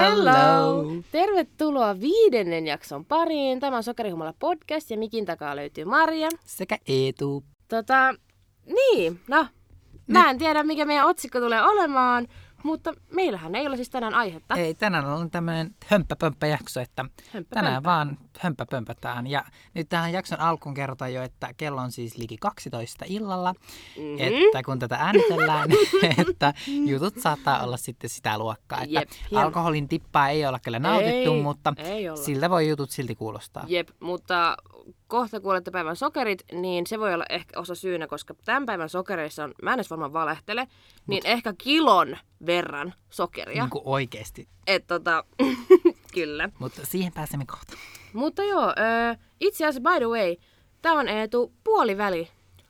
Hello! Tervetuloa 5. jakson pariin. Tämä on Sokerihumala podcast ja mikin takaa löytyy Marja. Sekä Eetu. Mä en tiedä mikä meidän otsikko tulee olemaan, mutta meillähän ei ole siis tänään aihetta. Ei, tänään on tämmöinen hömppäpömppäjakso, että tänään vaan hömppäpömpätään. Ja nyt tähän jakson alkuun kerrotaan jo, että kello on siis liki 12 illalla, että kun tätä äänitellään, että jutut saattaa olla sitten sitä luokkaa. Että alkoholin tippaa ei olla kyllä nautittu, mutta siltä voi jutut silti kuulostaa. Jep, mutta kohta kuulette päivän sokerit, niin se voi olla ehkä osa syynä, koska tämän päivän sokereissa on, mä en edes varmaan valehtele, niin ehkä kilon verran sokeria. Niin kuin oikeesti. Kyllä. Mutta siihen pääsemme kohta. Mutta joo, itse asiassa by the way, tää on Eetu puoliväli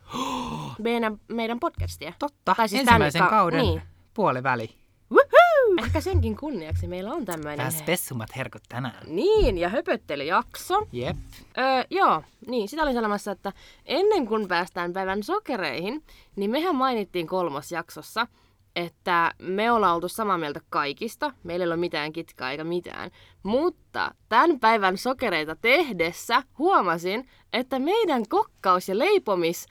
meidän podcastia. Totta, tai siis ensimmäisen kauden puoliväli. Woohoo! Ehkä senkin kunniaksi meillä on tämmöinen. Spessummat herkut tänään. Niin, ja höpöttelyjakso. Jep. Joo, niin sitä olin sanomassa, että ennen kuin päästään päivän sokereihin, niin mehän mainittiin 3. jaksossa, että me ollaan oltu samaa mieltä kaikista. Meillä ei ole mitään kitkaa eikä mitään. Mutta tämän päivän sokereita tehdessä huomasin, että meidän kokkaus- ja leipomis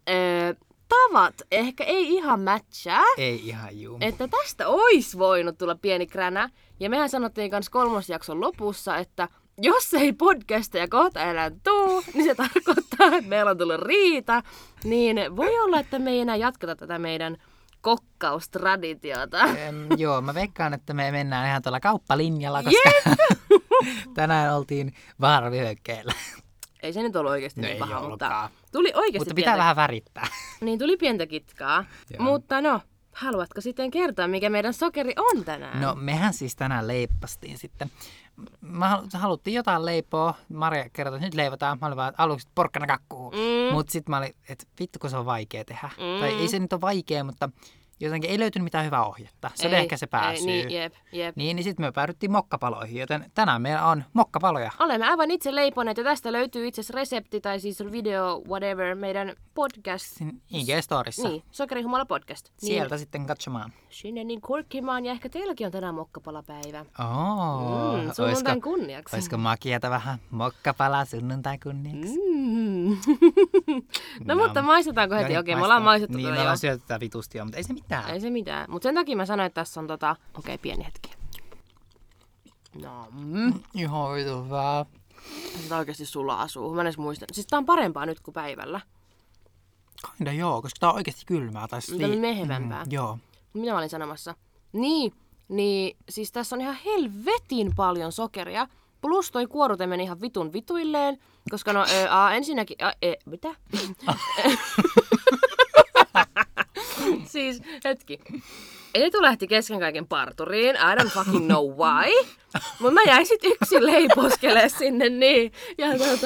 tavat ehkä ei ihan matchaa. Ei ihan juu. Että tästä olisi voinut tulla pieni kränä. Ja mehän sanottiin kans 3. jakson lopussa, että jos ei podcasteja kohta enää tuu, niin se tarkoittaa, että meillä on tullut riita. Niin voi olla, että me ei enää jatketa tätä meidän kokkaustraditiota. Joo, mä veikkaan, että me mennään ihan tuolla kauppalinjalla, koska tänään oltiin vaaravyöhykkeellä. Ei se nyt ollut oikeasti niin paha, mutta tuli oikeasti mutta pitää vähän värittää. Niin, tuli pientä kitkaa. Mutta haluatko sitten kertoa, mikä meidän sokeri on tänään? No, mehän siis tänään leippastiin sitten. Haluttiin jotain leipoa. Marja kertoi, että nyt leivotaan. Mä olin vaan aluksi porkkana kakkuu. Mutta sitten mä olin, että vittu kun se on vaikea tehdä. Tai ei se nyt ole vaikea, mutta jotenkin ei löytynyt mitään hyvää ohjetta. Se oli ehkä se pääsyy. Niin, jep. Niin sitten me päädyttiin mokkapaloihin, joten tänään meillä on mokkapaloja. Olemme aivan itse leiponeet ja tästä löytyy itse asiassa resepti tai siis video, whatever, meidän podcast. IG-storissa. Niin, Sokerihumala podcast. Sieltä sitten katsomaan. Sinne niin kurkkimaan ja ehkä teilläkin on tänään mokkapalapäivä. Sunnuntain kunniaksi. Olisiko makiata vähän mokkapalaa sunnuntain kunniaksi? No mutta maistetaanko heti? Okei, me ollaan maistettu. Niin, me ollaan syöty tätä vitusti jo, mutta ei se mitään. Ei se mitään. Mutta sen takia mä sanoin, että tässä on Okei, pieni hetki. No. Ihan vitu hyvää. Sitä oikeasti sulaa suuhun. Mä en edes muista. Siis tää on parempaa nyt kuin päivällä. Kinda joo, koska tää on oikeasti kylmää. Tai tää on mehevämpää. Joo. Mitä mä olin sanomassa? Niin, siis tässä on ihan helvetin paljon sokeria. Plus toi kuorute meni ihan vitun vituilleen. Koska ensinnäkin... mitä? Siis, hetki. Eetu lähti kesken kaiken parturiin. I don't fucking know why. Mutta mä jäin sit yksin leiposkelemaan sinne niin. Ja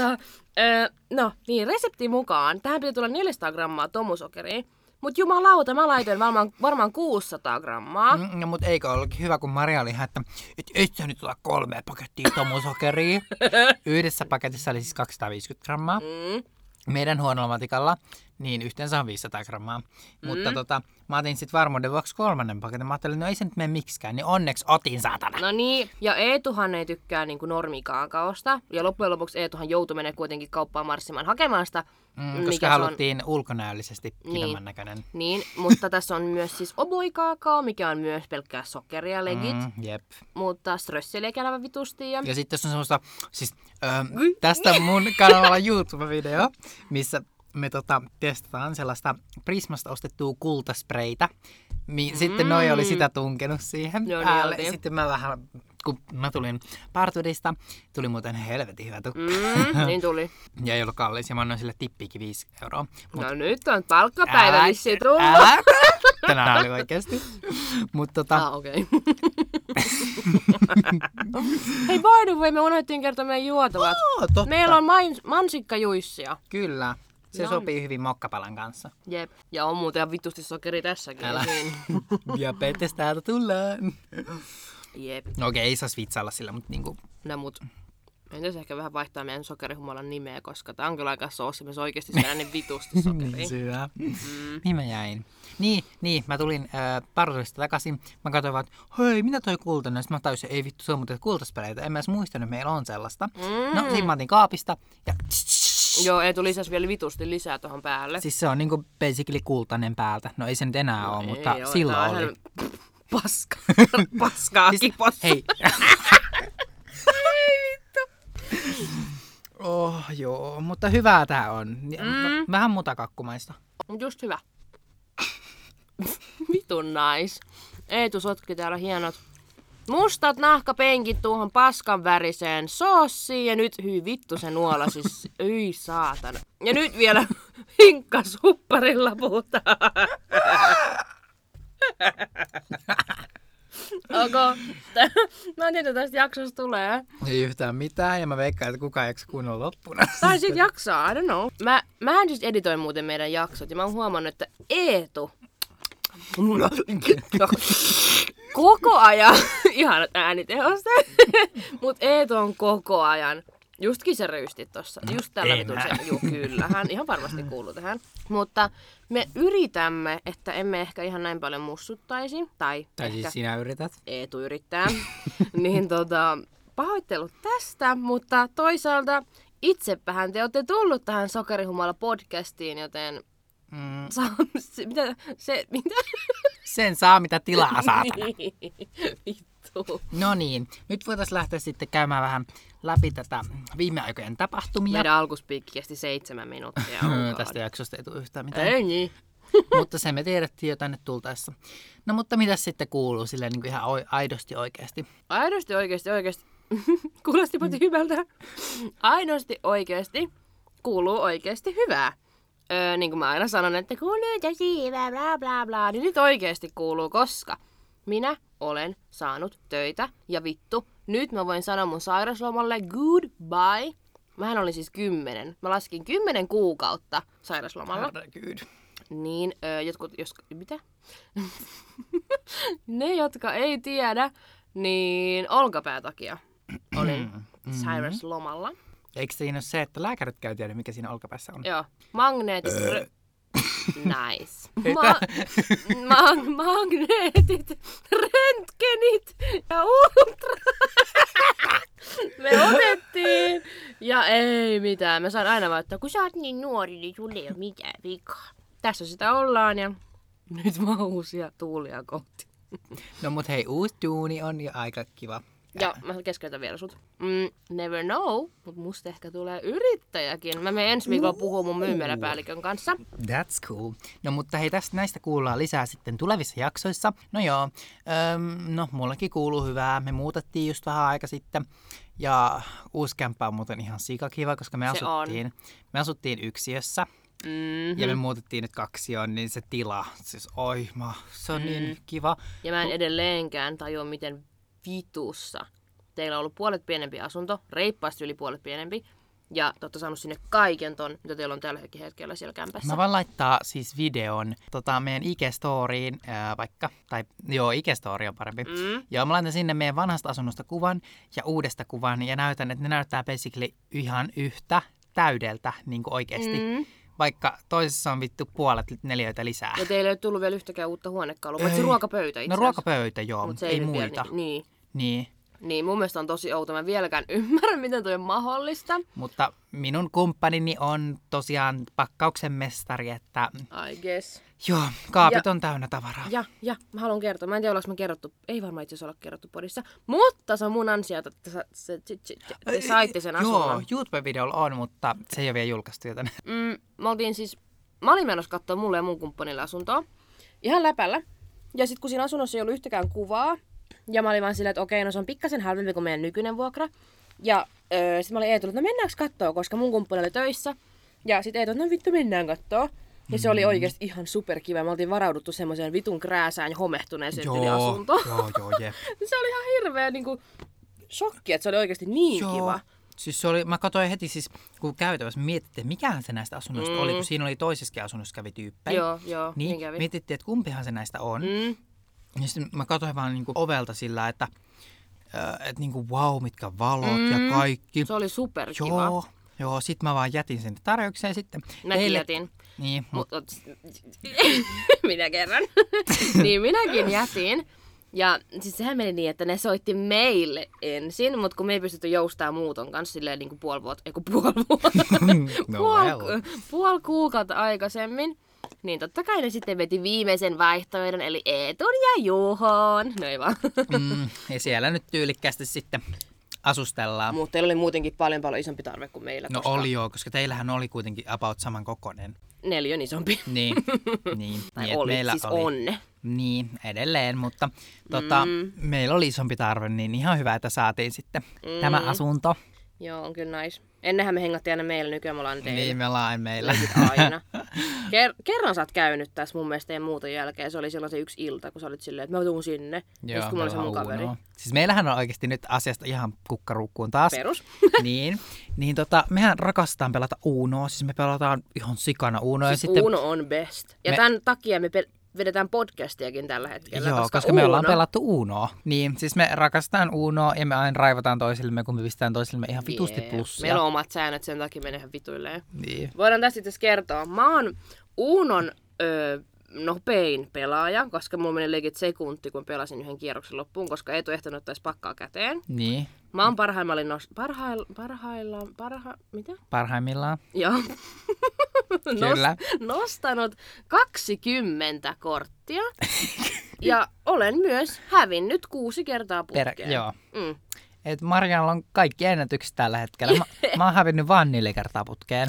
reseptin mukaan tähän pitää tulla 400 grammaa tomusokeria. Mut jumalauta, mä laitoin varmaan 600 grammaa. No mut eikö ollutkin hyvä, kun Maria oli ihan, että et sä nyt ota 3 pakettia tomusokeria. Yhdessä paketissa oli siis 250 grammaa. Meidän huonolla matikalla, niin yhteensä on 500 grammaa. Mutta mä otin sitten varmuuden vuoksi 3. paketin. Mä ajattelin, no ei se nyt mene miksikään, niin onneksi otin saatana. No niin, ja Eetuhan ei tykkää niinku normikaakaosta. Ja loppujen lopuksi Eetuhan joutui menemään kuitenkin kauppaan marssimaan hakemaan sitä. Koska haluttiin ulkonäöllisesti kivemmän näköinen. Niin, mutta tässä on myös siis oboi-kaakao, mikä on myös pelkkää sokeria, legit. Jep. Mutta strösseli eikä elävä vitusti. Ja sitten tässä on semmoista, siis tästä on mun kanavalla YouTube-video, missä me testataan sellaista Prismasta ostettua kultaspreitä. Sitten Noi oli sitä tunkenut siihen päälle. Sitten mä vähän, kun mä tulin parturista, tuli muuten helvetin hyvä tukka. Niin tuli. Ja ei ollut kallis, ja mä annoin sille tippiikin 5 €. No nyt on palkkapäivä vissiin tullut. Tänään oli oikeesti. Okei. Hei, by the way, me unohdettiin kertoa meidän juotavat. Meillä on mansikkajuissia. Kyllä. Se sopii hyvin mokkapalan kanssa. Jep. Ja on muuten ihan vitusti sokeri tässäkin. Diabetes täältä tullaan. Jep. No okei, ei saisi vitsailla sillä, mutta niinku... No mut. Entäs ehkä vähän vaihtaa meidän sokerihumalan nimeä, koska tää on kyllä aika soosi. Me oikeasti syödään niin vitusti sokeria. Niin syö. Niin mä jäin. Niin, mä tulin parturista takaisin. Mä katsoin vaan, että hei, mitä toi kultainen? Sitten mä tajusin, ei vittu, se on muuten kultaspeleitä. En mä edes muistanut, että meillä on sellaista. No, siinä mä otin kaapista ja... Joo, ei tuli lisäsi vielä vitusti lisää tuohon päälle. Siis se on niinku basically kultainen päältä. No ei se nyt enää ole, mutta ei silloin oli. Paska. Paskaa siis, kipossa. Hei. Ei vittu. Oh, joo, mutta hyvää tää on. Vähän mutakakkumaista. Just hyvä. Vitun nais. Eetu sotki täällä hienot mustat nahkapenkit tuohon paskan väriseen soossiin. Ja nyt, hyi vittu se nuola, siis yi saatana. Ja nyt vielä hinkkashupparilla puhutaan. Okay. Mä en tiedä, että tästä jaksosta tulee. Ei yhtään mitään, ja mä veikkaan, että kukaan ei jaksa kuunnella loppuna. Tai sit jaksaa, I don't know. Mähän siis editoin muuten meidän jaksot, ja mä oon huomannut, että Eetu koko ajan, ihanat äänitehoste, mut Eetu on koko ajan, justkin se ryystit tossa, just tällä vitun se, juu kyllä, hän ihan varmasti kuuluu tähän. Mutta me yritämme, että emme ehkä ihan näin paljon mussuttaisi, tai siis sinä yrität. Eetu yrittää, niin pahoittelut tästä, mutta toisaalta itsepähän te olette tullut tähän Sokerihumala-podcastiin, joten mitä? Sen saa, mitä tilaa saatana. Vittu. No niin, nyt voitaisiin lähteä sitten käymään vähän läpi tätä viime aikojen tapahtumia. Meidän alkuspiikki kesti 7 minuuttia. Tästä jaksosta ei tule yhtään mitään. Ei niin. Mutta se me tiedettiin jo tänne tultaessa. No mutta mitä sitten kuuluu silleen niin kuin ihan aidosti oikeasti? Aidosti oikeasti. Kuulostipa hyvältä. Aidosti oikeasti kuuluu oikeasti hyvää. Niin kuin mä aina sanon, että kuuluu tosi hyvää, bla bla bla. Niin nyt oikeasti kuuluu, koska minä olen saanut töitä ja vittu. Nyt mä voin sanoa mun sairaslomalle goodbye. Mähän olin siis 10. Mä laskin 10 kuukautta sairaslomalla. Herregud. Niin, mitä? Ne, jotka ei tiedä, niin olkapää takia olin sairaslomalla. Eikö siinä ole se, että lääkärit käy tiedä, mikä siinä olkapäässä on? Joo. Magneetit. Nice. Magneetit, röntgenit ja ultra. Me otettiin. Ja ei mitään. Mä sain aina vaan, että kun sä oot niin nuori, niin sulle ei ole mitään vikaa. Tässä sitä ollaan ja nyt vaan uusia tuulia kohti. No mut hei, uusi duuni on jo aika kiva. Ja mä keskeytän vielä sut. Never know, mutta musta ehkä tulee yrittäjäkin. Mä menen ensi viikolla puhua mun myymäläpäällikön kanssa. That's cool. No mutta hei, näistä kuullaan lisää sitten tulevissa jaksoissa. No joo, no mullekin kuuluu hyvää. Me muutettiin just vähän aika sitten. Ja uusi kämppä on muuten ihan sikakiva, koska me asuttiin yksiössä. Mm-hmm. Ja me muutettiin nyt 2, niin se tila, siis se on niin kiva. Ja mä en edelleenkään tajua, miten vitussa. Teillä on ollut puolet pienempi asunto, reippaasti yli puolet pienempi. Ja te olette saanut sinne kaiken ton, mitä teillä on tälläkin hetkellä siellä kämpässä. Mä voin laittaa siis videon meidän IG-storiin vaikka. Tai joo, IG-story on parempi. Joo, mä laitan sinne meidän vanhasta asunnosta kuvan ja uudesta kuvan. Ja näytän, että ne näyttää basically ihan yhtä täydeltä niin kuin oikeasti. Vaikka toisessa on vittu puolet neliöitä lisää. Ja teillä ei ole tullut vielä yhtäkään uutta huonekalua, paitsi ruokapöytä itse asiassa. No ruokapöytä joo, mutta ei muita. Niin, mun mielestä on tosi outo. Mä vieläkään ymmärrän, miten toi on mahdollista. Mutta minun kumppanini on tosiaan pakkauksen mestari, että... I guess. Joo, kaapit on täynnä tavaraa. Ja, mä haluan kertoa. Mä en tiedä, ollaanko me kerrottu. Ei varmaan itse asiassa olla kerrottu podissa. Mutta se on mun ansiota, että te saitte sen asunnon. Joo, YouTube-videolla on, mutta se ei ole vielä julkaistu, joten... Mä olin menossa katsoa mulle ja mun kumppanille asuntoa. Ihan läpällä. Ja sit kun siinä asunnossa ei ollut yhtäkään kuvaa, ja mä olin vaan silleen, että okei, no se on pikkasen halvempi kuin meidän nykyinen vuokra. Ja sit mä olin Eetulle, että no mennäänkö kattoo, koska mun kumppani oli töissä. Ja sit Eetu, no vittu mennään kattoo. Ja se oli oikeesti ihan superkiva. Me oltiin varauduttu semmoiseen vitun krääsään ja homehtuneeseen asuntoon. Joo, jep. Se oli ihan hirveä niinku shokki, että se oli oikeesti niin kiva. Siis se oli, mä katsoin heti siis, kun käytävässä mietittiin, mikähän se näistä asunnoista oli, kun siinä oli toisessakin asunnossa kävi tyyppejä. Joo, niin kävi. Mietittiin, että kumpihan se näistä on. Ja sitten mä katsoin vaan niinku ovelta sillä, että että niinku wow, mitkä valot ja kaikki. Se oli superkiva. Joo, sit mä vaan jätin sen tarjoukseen sitten. Mäkin jätin. Niin, minä kerran. Niin minäkin jätin. Ja siis sehän meni niin, että ne soitti meille ensin, mutta kun me ei pystytty joustamaan muuton kanssa silleen niin kuin puoli kuukautta aikaisemmin, niin totta kai ne sitten veti viimeisen vaihtoehdon, eli Eetun ja Juhon. No ei vaan. Ja siellä nyt tyylikkästi sitten asustellaan. Mutta teillä oli muutenkin paljon isompi tarve kuin meillä. No oli joo, koska teillähän oli kuitenkin about saman kokoinen. 4 isompi. Niin. Tai niin oli, meillä siis oli. on. Niin, edelleen, mutta meillä oli isompi tarve, niin ihan hyvä, että saatiin sitten tämä asunto. Joo, on kyllä nice. Ennenhän me hengattiin aina meillä, nykyään me ollaan teillä. Niin, me ollaan meillä. Aina. Kerran sä oot käynyt tässä mun mielestä teidän muuton jälkeen. Se oli silloin se yksi ilta, kun sä olit silleen, että mä tuun sinne. Joo, ja kun mä olin se mun kaveri. Siis meillähän on oikeasti nyt asiasta ihan kukkaruukkuun taas. Perus. niin mehän rakastetaan pelata Unoa. Siis me pelataan ihan sikana Unoa. Siis sitten Uno on best. Ja tämän takia me vedetään podcastiakin tällä hetkellä. Joo, koska me ollaan pelattu Unoa. Niin, siis me rakastetaan Unoa ja me aina raivataan toisillemme, kun me pistetään toisillemme ihan vitusti plussia. Meillä on omat säännöt, sen takia me ihan vituilleen. Niin. Voidaan tästä itse kertoa. Mä oon Unon nopein pelaaja, koska mulla meni legit sekunti, kun pelasin yhden kierroksen loppuun, koska Eetu ehtinyt ottaisi pakkaa käteen. Niin. Mä oon parhaimmillaan. Joo. Kyllä. Nostanut 20 korttia. Ja olen myös hävinnyt 6 kertaa putkeen. Joo. Et Marjalla on kaikki ennätykset tällä hetkellä. Mä oon hävinnyt vaan 4 kertaa putkeen.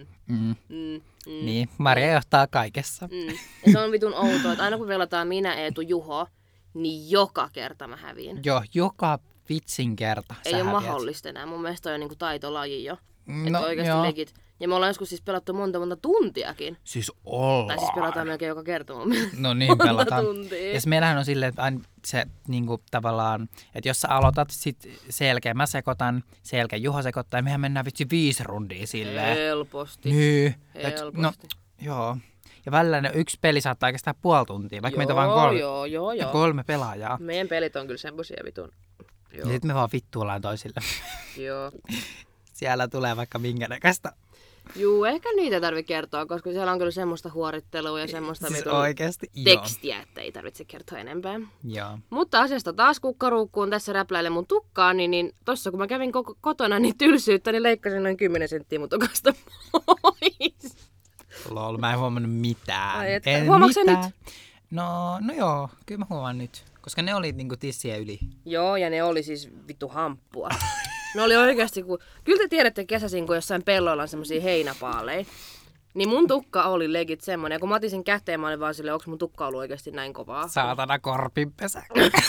Niin, Marja johtaa kaikessa. Ja se on vitun outoa, että aina kun pelataan minä, Eetu, Juho, niin joka kerta mä häviin. Joo, joka vitsin kerta ei ole mahdollista enää. Mun mielestä toi on niinku taitolaji jo. Että oikeasti legit. Ja me ollaan joskus siis pelattu monta tuntiakin. Siis ollaan. Tai siis pelataan melkein joka kerta mun mielestä. No niin, pelataan. Tuntia. Ja meillähän on silleen, että se niinku tavallaan, että jos sä aloitat, sit selkeä mä sekoitan, selkeä Juho sekoittaa, ja mehän mennään vitsi 5 rundia silleen. Helposti. Niin. Helposti. No, joo. Ja välillä ne yksi peli saattaa kestää puoli tuntia, vaikka meitä on vaan 3 pelaajaa. Meidän pelit on kyllä semmosia vitun. Ja sit me vaan vittuillaan toisille. Joo. Siellä tulee vaikka minkä näköistä. Juu, ehkä niitä tarvitse kertoa, koska siellä on kyllä semmoista huorittelua ja semmoista siis oikeasti, tekstiä, että ei tarvitse kertoa enempää. Joo. Mutta asiasta taas kukkaruukkuun tässä räpläilen mun tukkaani, niin tossa kun mä kävin kotona niin tylsyyttä, niin leikkasin noin 10 senttiä mun tukasta pois. Lol, mä en huomannut mitään. Huomaatko nyt? No joo, kyllä mä huomaan nyt. Koska ne oli niinku tissiä yli. Joo, ja ne oli siis vittu hamppua. Ne oli oikeasti, kyllä te tiedätte kesäisin, kun jossain pelloilla on semmosia heinäpaaleja. Niin mun tukka oli legit semmonen. Ja kun mä otin sen käteen, mä olin vaan silleen, onks mun tukka ollut oikeasti näin kovaa? Saatana korpinpesä.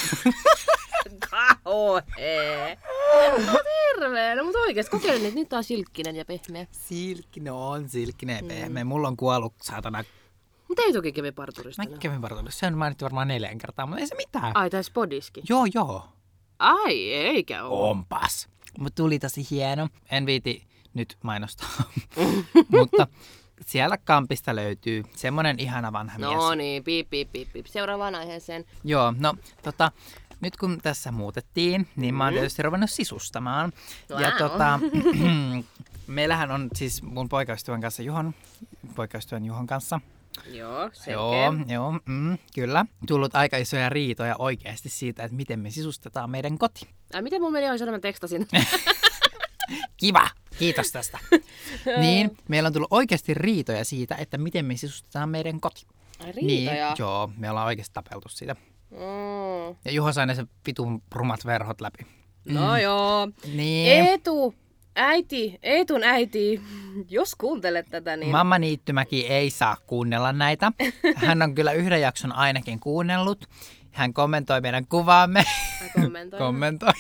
Kauhee. Mut hirveä. No mut oikeesti kokeilin, että nyt on silkkinen ja pehmeä. Silkkinen ja pehmeä. Mulla on kuollut saatana. Mutta ei toki kävi parturista. Mä kävin parturista. Se on mainittu varmaan 4 kertaa, mutta ei se mitään. Ai, tai spodiski. Joo. Ai, eikä oo. Onpas. Mutta tuli tosi hieno. En viiti nyt mainostaa. Mutta siellä kampista löytyy semmonen ihana vanha mies. No niin, piip. Seuraavaan aiheeseen. Joo, no nyt kun tässä muutettiin, niin mä oon tietysti ruvennut sisustamaan. Wow. Ja meillähän on siis mun poikaystävän Juhon kanssa. Joo, selkeä. Joo, kyllä. Tullut aika isoja riitoja oikeasti siitä, että miten me sisustetaan meidän koti. Miten mun meni olisi, että mä tekstasin? Kiva! Kiitos tästä. Niin, meillä on tullut oikeasti riitoja siitä, että miten me sisustetaan meidän koti. Riitoja? Niin, joo, me ollaan oikeasti tapeltu siitä. Ja Juho sai ne se vitun rumat verhot läpi. No joo. Niin. Eetun äiti, jos kuuntelet tätä, niin... Mamma Niittymäki ei saa kuunnella näitä. Hän on kyllä yhden jakson ainakin kuunnellut. Hän kommentoi meidän kuvaamme. Kommentoi.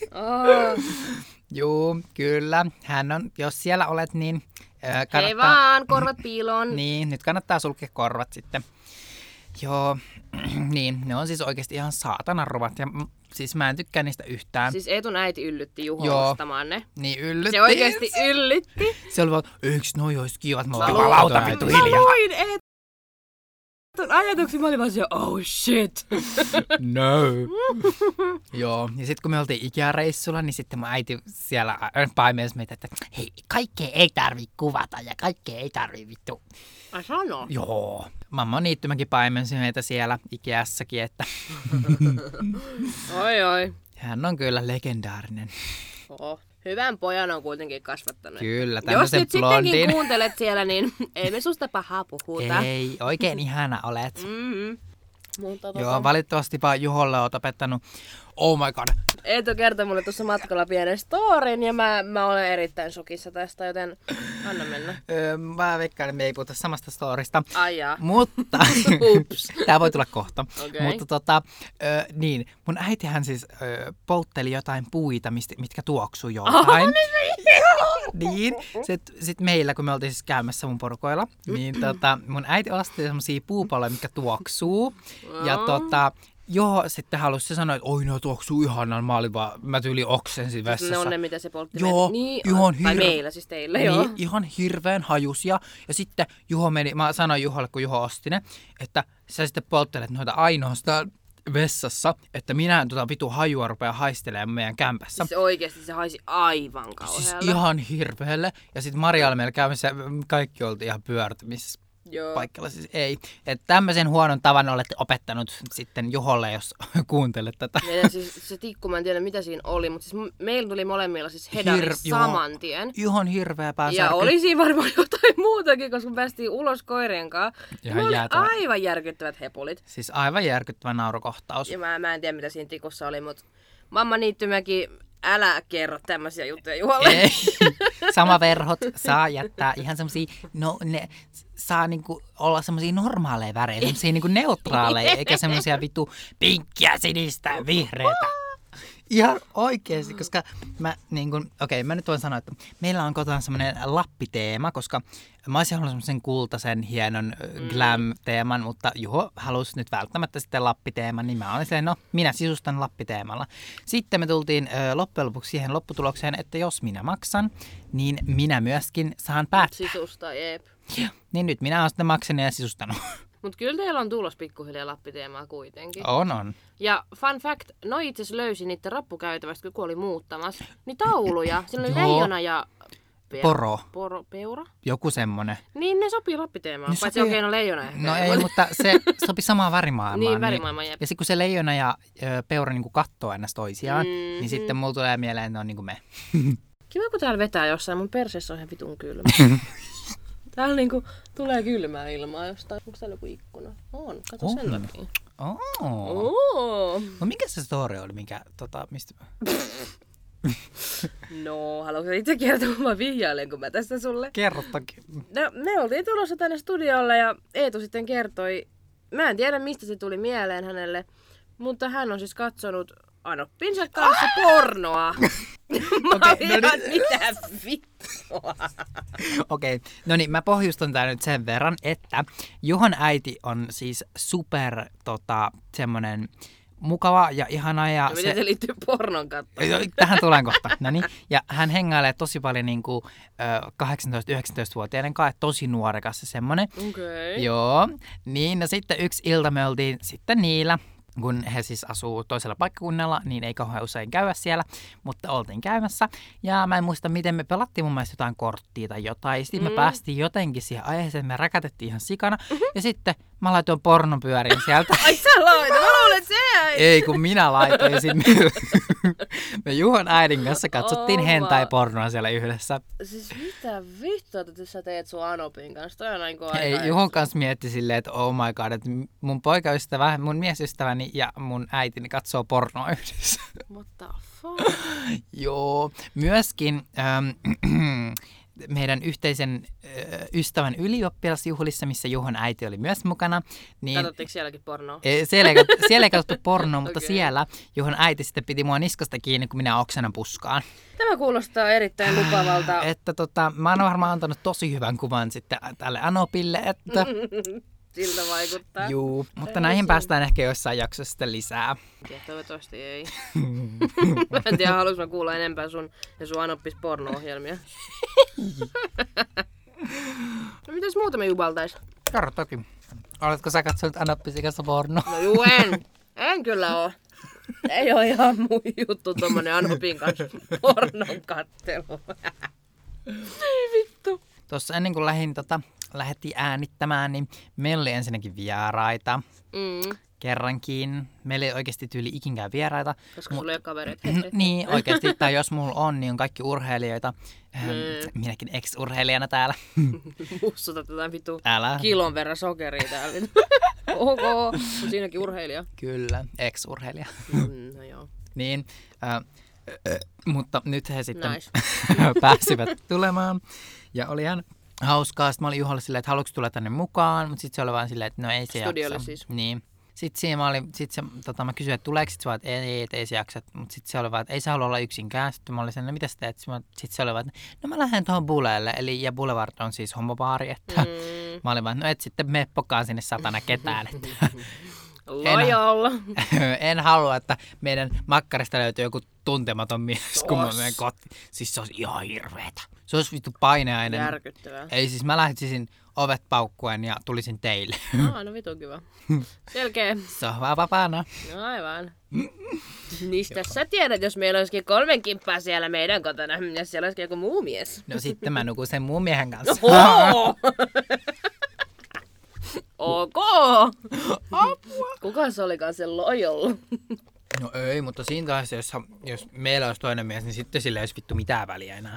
Juu, kyllä. Hän on, jos siellä olet, niin kannattaa... Hei vaan, korvat piiloon. Niin, nyt kannattaa sulkea korvat sitten. Joo, niin, ne on siis oikeasti ihan saatanan ruvat. Ja siis mä en tykkää niistä yhtään. Siis Eetun äiti yllytti Juho ostamaan ne. Niin yllytti. Se oikeasti yllytti. Se oli vaan, eiks noi ois kivat? Mä lauta vittu hiljaa. Mä luin ajatuksia mä olin vaan siellä, oh shit. No. Joo, ja sitten kun me oltiin Ikea-reissulla, niin sitten mun äiti siellä paimensi meitä, että hei, kaikkea ei tarvi kuvata ja kaikkea ei tarvi vittu. Ai sano? Joo. Mamma Niittymäkin paimensi meitä siellä Ikeassakin, että Oi. hän on kyllä legendaarinen. Oho. Hyvän pojan on kuitenkin kasvattanut. Kyllä, Jos tämmöisen nyt blondin. sittenkin kuuntelet siellä, niin ei me susta pahaa puhuta. Ei, oikein ihana olet. Mm-hmm. Mutta Joo, valitettavasti vaan Juholle oot opettanut. Oh my god. Eetu kertoi mulle tuossa matkalla pienen storin ja mä olen erittäin shokissa tästä, joten anna mennä. Mä veikkaan, että me ei puhuta samasta storista. Ai jaa. Mutta, Ups. tää voi tulla kohta. Okay. Mutta niin, mun äitihän siis poltteli jotain puita, mitkä tuoksuu jotain. Niin, sit meillä, kun me oltiin siis käymässä mun porukoilla, niin mun äiti osti semmosia puupaloja, mitkä tuoksuu. Ja joo, sitten halusi sanoa, että oi, ne tuoksuu ihanan. Mä tyyli oksensin vessassa. Ne on ne, mitä se poltti. Joo, niin, ihan tai meillä siis teillä, niin, joo. ihan hirveän hajusia. Ja sitten Juho mä sanoin Juholle, kun Juho osti ne, että sä sitten polttelet noita ainoastaan vessassa, että minä en vitu hajua rupea haistelemaan meidän kämpässä. Siis oikeesti se haisi aivan kauhealle. Siis ihan hirveälle. Ja sitten Marjalle meillä käymässä kaikki oltiin ihan pyörtymissä. Joo. Paikalla siis ei. Että tämmöisen huonon tavan olette opettanut sitten Juholle, jos kuuntelet tätä. Ja siis se tikku, mä en tiedä mitä siinä oli, mutta siis meillä tuli molemmilla siis hedari saman tien. Ihan hirveä pääsärky. Ja oli siinä varmaan jotain muutakin, koska me päästiin ulos koirien kanssa. Ja oli aivan järkyttävät hepulit. Siis aivan järkyttävä naurukohtaus. Ja mä en tiedä mitä siinä tikussa oli, mutta Mamma Niittymäki, älä kerro tämmöisiä juttuja Juholle. Ei. Sama verhot saa jättää ihan semmosia, no ne saa niinku olla semmosia normaaleja värejä, semmosia niinku neutraaleja, eikä semmosia vittu pinkkiä, sinistä, vihreätä. Ihan oikeesti, koska mä nyt voin sanoa, että meillä on kotona semmoinen Lappi-teema, koska mä olisin halunnut semmoisen kultaisen, hienon glam-teeman, mutta Juho halusi nyt välttämättä sitten Lappi-teeman, niin mä olin silleen, no minä sisustan Lappi-teemalla. Sitten me tultiin loppujen lopuksi siihen lopputulokseen, että jos minä maksan, niin minä myöskin saan päättää. Sisusta, jep. Niin nyt minä olen sitten maksanut ja sisustanut. Mut kyllä teillä on tulos pikkuhiljaa Lappi-teemaa kuitenkin. On. Ja fun fact, no itse asiassa löysin niitä rappukäytävästä, kun oli muuttamassa. Niin tauluja, siinä oli leijona ja... Peura? Joku semmonen. Niin ne sopii Lappi-teemaan, niin paitsi okei, no leijona ehkä. No ei, mutta se sopi samaan värimaailmaan. Niin, värimaailmaan, jep. Ja sitten kun se leijona ja peura niinku kattoo aina toisiaan, niin sitten mulla tulee mieleen, että ne on niinku me. Kiva, kun täällä vetää jossain, mun perseessä on ihan vitun kylmä. Täällä niinku tulee kylmää ilmaa jostain. Onko täällä joku ikkuna? On, kato sen takia. No mikä se story oli, mistä... No, haluatko itse kertoa, kun mä vihjailen, kun mä tässä sulle? Kerro toki. No, me oltiin tulossa tänne studiolle ja Eetu sitten kertoi, mä en tiedä mistä se tuli mieleen hänelle, mutta hän on siis katsonut anoppinsa kanssa pornoa. Mä olin ihan, mitä vittua. Okei, no niin, mä pohjustan tää nyt sen verran, että Juhon äiti on siis super semmonen mukava ja ihana. Ja miten se liittyy pornon katsomaan? Tähän tulen kohta. No niin. Ja hän hengailee tosi paljon niinku 18-19-vuotiaiden kanssa, tosi nuorekas se semmonen. Okei. Joo. Niin, no sitten yksi ilta me oltiin sitten niillä, kun he siis asuu toisella paikkakunnalla, niin ei kauhean usein käydä siellä, mutta oltiin käymässä. Ja mä en muista, miten me pelattiin mun mielestä jotain korttia tai jotain. Sitten me päästiin jotenkin siihen aiheeseen, me räkätettiin ihan sikana. Ja sitten mä laitoin pornon pyöriin sieltä. Ai sä laitoin? Mä luulen, että se ei, kun minä laitoin. Me Juhon äidin kanssa katsottiin hentai-pornoa siellä yhdessä. Siis mitä vittua, että sä teet sun Anopin kanssa? Toi on aika aika. Ei, Juhon kanssa mietti silleen, että oh my god, että mun poikaystävä, mun miesystäväni ja mun äitini katsoo pornoa yhdessä. What the fuck? Joo, myöskin meidän yhteisen ystävän ylioppilasjuhlissa, missä Juhon äiti oli myös mukana. Niin katsottiinko sielläkin pornoa? Siellä ei katsottu pornoa, mutta okay. Siellä Juhon äiti sitten piti mua niskasta kiinni, kun minä oksanan puskaan. Tämä kuulostaa erittäin lupavalta. Että mä oon varmaan antanut tosi hyvän kuvan sitten tälle Anopille, että... Siltä vaikuttaa. Juu, mutta näihin päästään ehkä jossain jaksossa sitten lisää. Ja toivottavasti ei. Mä en tiedä, haluaisin mä kuulla enempää sun Anoppis porno-ohjelmia. No mitäs muuta me jubaltais? Kerro toki. Oletko sä katsonut Anoppisi kanssa porno? No juu, en kyllä oo. Ei oo ihan mun juttu tommonen Anopin kanssa pornon kattelu. Ei vittu. Tuossa ennen kuin lähdettiin äänittämään, niin meillä oli ensinnäkin vieraita. Kerrankin. Meillä ei oikeasti tyyli ikinkään vieraita. Koska sulla ei ole kavereita. Niin, oikeasti. Tai jos mulla on, niin on kaikki urheilijoita. Minäkin ex-urheilijana täällä. Mussutat jotain vittu Älä. kilon verran sokeria täällä. Ok, on siinäkin urheilija. Kyllä, ex-urheilija. No joo. Niin, mutta nyt he sitten Nice. pääsivät tulemaan. Ja oli ihan hauskaa. Sitten mä olin Juhalle silleen, että haluatko tulla tänne mukaan? Mutta sitten se oli vaan silleen, että no ei se Studiolle jaksa. siis. Niin. Sitten mä kysyin, että tuleeko se vaan, että ei se jaksa. Mutta sitten se oli vaan, että ei se halua olla yksinkään. Sitten mä olin sen, no mitä sä teet? Sitten se oli vaan, että no mä lähden tuohon Bulelle. Ja Boulevard on siis homobaari. Että mä olin vaan, no et sitten mene pokaan sinne satana ketään. Että Lojalla. En halua, että meidän makkarista löytyy joku tuntematon mies, kun mä menen kotiin. Siis se olisi ihan hirveetä. Se olisi vittu paineainen. Järkyttävää. Ei siis mä lähtisin ovet paukkuen ja tulisin teille. No vitun kiva. Selkeä. Sohvaa vapaana. No aivan. Mistä sä tiedät, jos meillä olisikin 3 kimppaa siellä meidän kotona, ja siellä olisikin joku muu mies? No sitten mä nukun sen muun miehen kanssa. Oho! Ok! Apua! Kuka se olikaan se lojalla? No ei, mutta siinä taas, jos meillä olisi toinen mies, niin sitten sillä ei olisi vittu mitään väliä enää.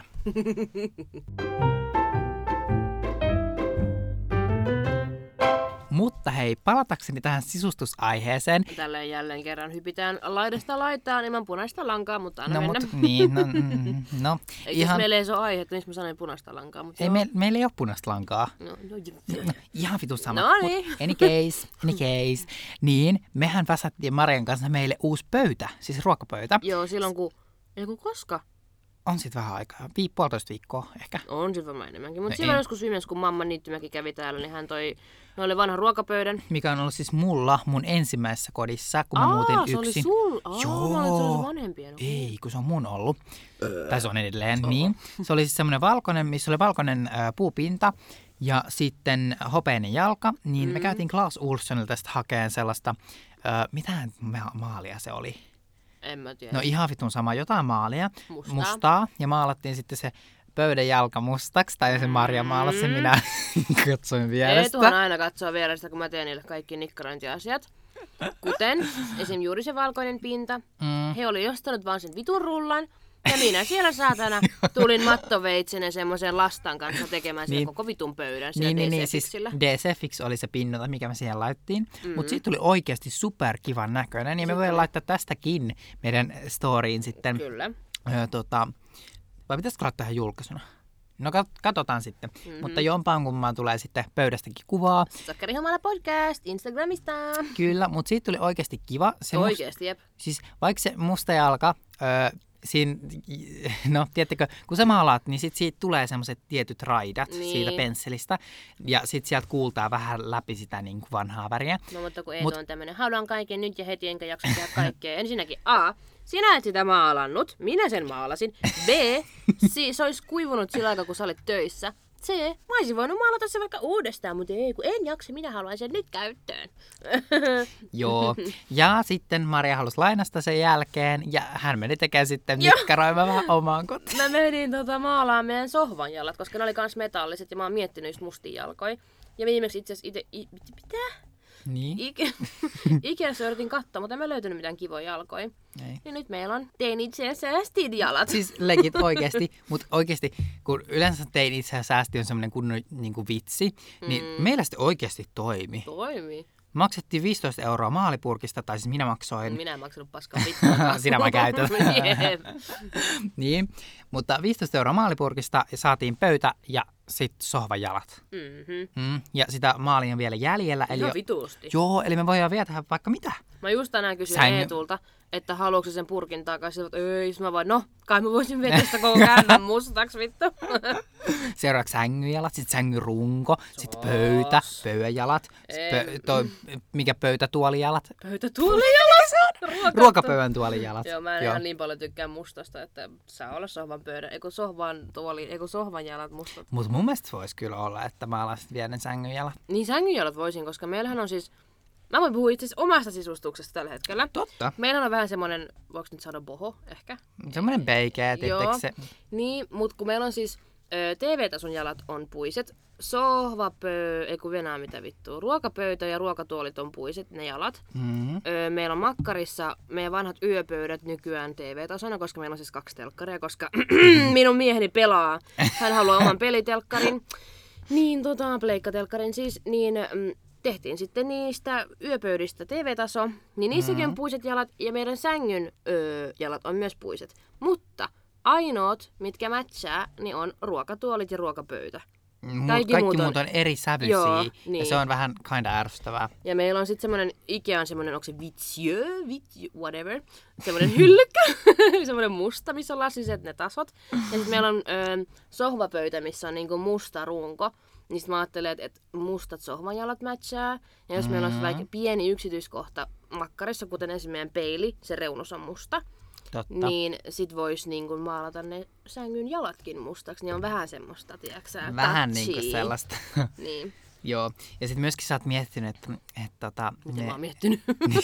Mutta hei, palatakseni tähän sisustusaiheeseen. Tälleen jälleen kerran hypitään laidasta laitaan ilman punaista lankaa, mutta aina No mennä. mut, niin, no Eikä ihan... meillä ei se ole aihetta, niin mä sanoin punaista lankaa. Mutta ei, meillä ei ole punaista lankaa. No, ihan vitu sama. No niin. Any case. Niin, mehän väsättiin Marian kanssa meille uusi pöytä, siis ruokapöytä. Joo, silloin kun... koska? On sit vähän aikaa, 1,5 viikkoa ehkä. On sit varmaan enemmänkin, mutta silloin joskus viimeis, kun mamma Niittymäki kävi täällä, niin hän toi noille vanhan ruokapöydän. Mikä on ollut siis mulla mun ensimmäisessä kodissa, kun mä muutin yksin. Se oli sul? Joo. Se oli vanhempien. Ei, kun se on mun ollut. Tai se on edelleen, niin. Se oli siis semmoinen valkoinen, missä oli valkoinen puupinta ja sitten hopeinen jalka. Niin me käytiin Clas Ohlsonilta tästä hakeen sellaista, mitähän maalia se oli? En mä tiedä. No ihan vitun sama, jotain maalia. Mustaa. Ja maalattiin sitten se pöydän jalka mustaksi. Tai se Marja maalasi sen, minä katsoin vierestä. Eetuhan aina katsoo vierestä, kun mä teen niille kaikki nikkarointiasiat. Kuten esim. Juuri se valkoinen pinta. He oli ostanut vaan sen vitun rullan. Ja minä siellä saatana tulin mattoveitsen ja semmoisen lastan kanssa tekemään sen koko vitun pöydän sillä DC-fiksillä. Siis DC-fix oli se pinnota, mikä me siihen laittiin. Mutta siitä tuli oikeasti superkivan näköinen. Ja me voidaan laittaa tästäkin meidän storyin sitten. Kyllä. Vai pitäisikö laittaa ihan julkaisuna? No katsotaan sitten. Mutta jompaan kummaan tulee sitten pöydästäkin kuvaa. Sokkerihomalla podcast Instagramista. Kyllä, mutta siitä tuli oikeasti kiva. Oikeasti, jep. Siis vaikka se musta jalka... Siinä, no tiedättekö, kun sä maalaat, niin siitä tulee semmoiset tietyt raidat siitä pensselistä. Ja sitten sieltä kuultaa vähän läpi sitä niin kuin vanhaa väriä. No mutta kun Eetu on tämmönen, haluan kaiken nyt ja heti enkä jaksa tehdä kaikkea. Ensinnäkin A, sinä et sitä maalannut, minä sen maalasin. B, se olisi kuivunut sillä aikaa, kun sä olet töissä. C, mä olisin voinut maalata se vaikka uudestaan, mutta ei, kun en jaksa, minä haluan sen nyt käyttöön. Joo, ja sitten Maria halusi lainasta sen jälkeen, ja hän meni tekemään sitten nikkaroimaan vähän omaan kotiin. Mä menin maalaan meidän sohvan jalat, koska ne oli kans metalliset, ja mä oon miettinyt just mustia jalkoja. Ja viimeksi itse asiassa mitä? Niin. Ikeassa yritin katsoa, mutta en mä löytänyt mitään kivoja jalkoja. Ei. Ja nyt meillä on tein itseään säästin jalat. Siis legit oikeasti, mutta oikeasti, kun yleensä tein itseään säästi on semmoinen kunnon niin kuin vitsi, niin meillä sitten oikeasti toimi. Toimii. Maksettiin 15 € maalipurkista, tai siis minä maksoin. Minä en maksanut paskaa vittua. Sinä mä käytän. Niin, mutta 15 € maalipurkista ja saatiin pöytä ja sitten sohvan jalat. Ja sitä maalia on vielä jäljellä. Eli no vituusti. Joo, eli me voidaan vielä tehdä vaikka mitä. Mä just tänään kysyin Eetulta, että haluatko sen purkin takaisin. Ei, mä vaan, no, kai mä voisin vetää sitä koko käännän mustaksi, vittu. Seuraavaksi sängyjalat, sitten sängyrunko, sitten pöytä, pöydänjalat, mikä pöytätuolijalat? Pöytätuolijalat? Ruokapöydän tuolijalat. Joo, mä en ihan niin paljon tykkää mustasta, että saa olla sohvan pöydän, sohvan jalat mustat. Mutta mun mielestä voisi kyllä olla, että mä alasin vielä ne sängyjalat. Niin sängyjalat voisin, koska meillähän on siis, mä voin puhua itse asiassa omasta sisustuksesta tällä hetkellä. Totta. Meillä on vähän semmonen, voiko nyt sanoa boho ehkä? Semmoinen peikeä, tiettekö se? Niin, mutta kun meillä on siis TV-tason jalat on puiset, ruokapöytä ja ruokatuolit on puiset, ne jalat. Meillä on makkarissa meidän vanhat yöpöydät nykyään TV-tasona, koska meillä on siis 2 telkkaria, koska minun mieheni pelaa. Hän haluaa oman pelitelkkarin. Niin, pleikkatelkkarin siis, niin tehtiin sitten niistä yöpöydistä TV-taso, niin niissäkin on puiset jalat ja meidän sängyn jalat on myös puiset. Mutta ainoat, mitkä matchaa, niin on ruokatuolit ja ruokapöytä. Kaikki muut on eri sävyisiä, joo, niin. Ja se on vähän kinda ärsyttävää. Ja meillä on sitten semmoinen, Ikean semmoinen, onko se vitsiö, whatever, semmoinen hyllykkä, semmoinen musta, missä on lasiset ne tasot. Ja sitten meillä on sohvapöytä, missä on niinku musta runko. Niin sit mä ajattelen, että mustat sohvanjalat matchaa. Ja jos meillä on vaikka pieni yksityiskohta makkarissa, kuten esimerkiksi meidän peili, se reunus on musta. Totta. Niin sit vois niinku maalata ne sängyn jalatkin mustaksi. Niin on vähän semmoista, tiiäksä, vähän niinku sellaista. Niin. Joo. Ja sit myöskin sä oot miettinyt, että mitä mä oon miettinyt?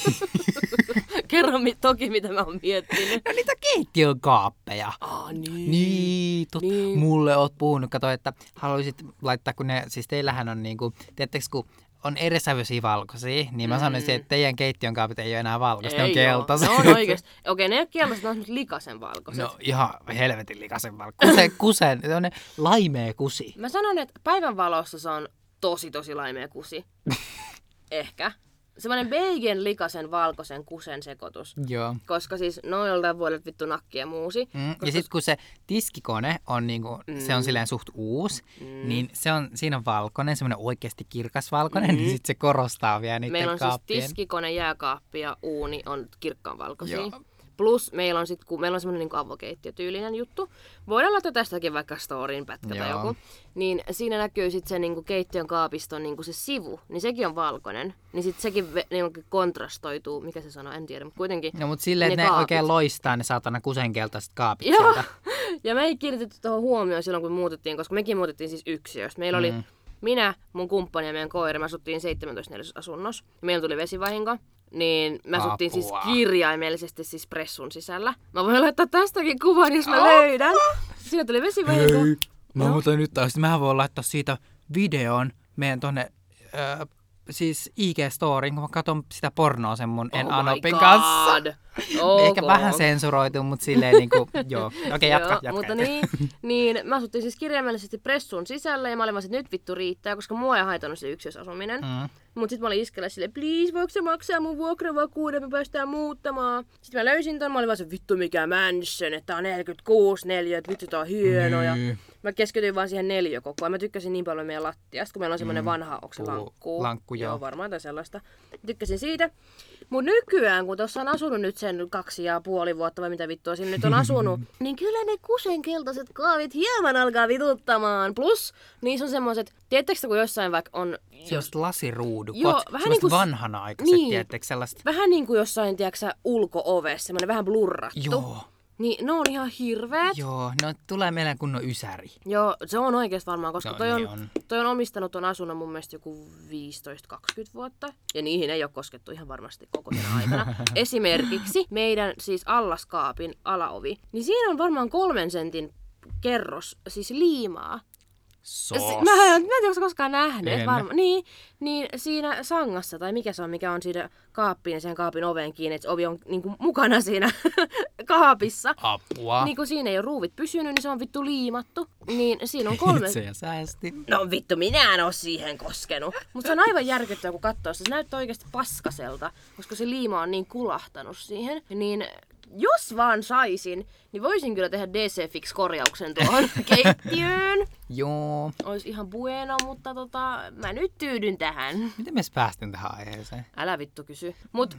Kerro toki, mitä mä oon miettinyt. No niitä keittiön kaappeja. Niin. Niin. Mulle oot puhunut, kato, että haluaisit laittaa, kun ne, siis teillähän on niinku, tiedättekö, kun on erisävyisiä valkoisia, niin mä sanoisin, että teidän keittiön kaapit ei ole enää valkoisia, ne on keltaiset. Ne on oikeesti. Okei, ne ei ole keltaiset, ne on likasen valkoiset. No ihan helvetin likasen valkoiset. Kusen, se on ne laimea kusi. Mä sanon, että päivänvalossa se on tosi laimea kusi. Ehkä. Semmoinen bacon likasen valkoisen kusen sekoitus. Joo. Koska siis noilta vuodelta vittu nakki ja muusi. Ja sit kun se tiskikone on niinku, se on silleen suht uusi, niin siinä on valkoinen, semmoinen oikeasti kirkas valkoinen, niin sit se korostaa vielä niiden meillä on kaappien. siis tiskikone, jääkaappi ja uuni on kirkkaan valkoisia. Joo. Plus meillä on sitten, kun meillä on semmoinen niinku avokeittiötyylinen juttu, voidaan laittaa tästäkin vaikka storyin pätkä tai joku, niin siinä näkyy sitten se niinku keittiön kaapiston niinku se sivu, niin sekin on valkoinen. Niin sitten sekin niinku kontrastoituu, mikä se sanoo, en tiedä, mutta kuitenkin. No mutta silleen, että ne oikein loistaa ne saatana kusenkeltaiset kaapit joo. sieltä. Ja me ei kiinnitetty tuohon huomioon silloin, kun muutettiin, koska mekin muutettiin siis yksiöstä. Meillä oli minä, mun kumppani ja meidän koira, me asuttiin 17 asunnossa. Meillä tuli vesivahinko. Niin me asuttiin siis kirjaimellisesti siis pressun sisällä. Mä voin laittaa tästäkin kuvan, jos mä löydän. Siinä tuli vesivahinko. Hei, mä muuten nyt taas, mä voin laittaa siitä videon meidän tonne siis IG-storiin, kun mä katson sitä pornoa sen mun Anopin kanssa. Ehkä vähän sensuroitu, mutta silleen niinku, joo. Okei, jatka. Mutta niin, mä asuttiin siis kirjaimellisesti pressun sisällä ja mä olin vaan, että nyt vittu riittää, koska mua ei haitannut se yksiösasuminen. Mut sit mä olin iskellä silleen, please, voiko se maksaa mun vuokravakuuden, me päästään muuttamaan. Sitten mä löysin ton, mä olin vaan se vittu mikä mansion, että tää on 46 neliöt, vittu tää on hieno. Ja mä keskityin vaan siihen neliökokoon. Mä tykkäsin niin paljon meidän lattiasta, kun meillä on semmonen vanha, onko se lankku? Lankku, joo. Varmaan tai sellaista. Tykkäsin siitä. Mut nykyään, kun tossa on asunut nyt sen 2,5 vuotta vai mitä vittua siinä nyt on asunut, niin kyllä ne kusenkeltaiset kaavit hieman alkaa vituttamaan. Plus, niissä on semmoiset, tiedättekö kun jossain vaikka on... Sellaiset lasiruudukot, vähän niin kuin vanhanaikaiset, tiedättekö sellaista? Vähän niin kuin jossain, tiedätkö ovessa, semmoinen vähän blurrattu. Joo. Niin, ne on ihan hirveet. Joo, no tulee meidän kunnon ysäri. Joo, se on oikeasti varmaan, koska no, toi on omistanut ton asunnon mun mielestä joku 15-20 vuotta. Ja niihin ei ole koskettu ihan varmasti koko sen aikana. Esimerkiksi meidän siis allaskaapin alaovi, niin siinä on varmaan 3 sentin kerros, siis liimaa. Mä en tiedä, onko koskaan nähnyt. Niin siinä sangassa, tai mikä se on, mikä on siinä kaappiin ja sen kaapin oveen kiinni, että ovi on niinku mukana siinä kaapissa. Apua. Niin kun siinä ei ole ruuvit pysynyt, niin se on vittu liimattu. Niin siinä on 3... Itse ja säästi. No vittu, minä en oo siihen koskenut. Mutta se on aivan järkyttävää, kun katsoo sitä. Se näyttää oikeasti paskaselta, koska se liima on niin kulahtanut siihen. Niin... Jos vaan saisin, niin voisin kyllä tehdä DC-Fix-korjauksen tuohon keittiöön. Joo. Ois ihan bueno, mutta mä nyt tyydyn tähän. Miten me päästiin tähän aiheeseen? Älä vittu kysy. Mut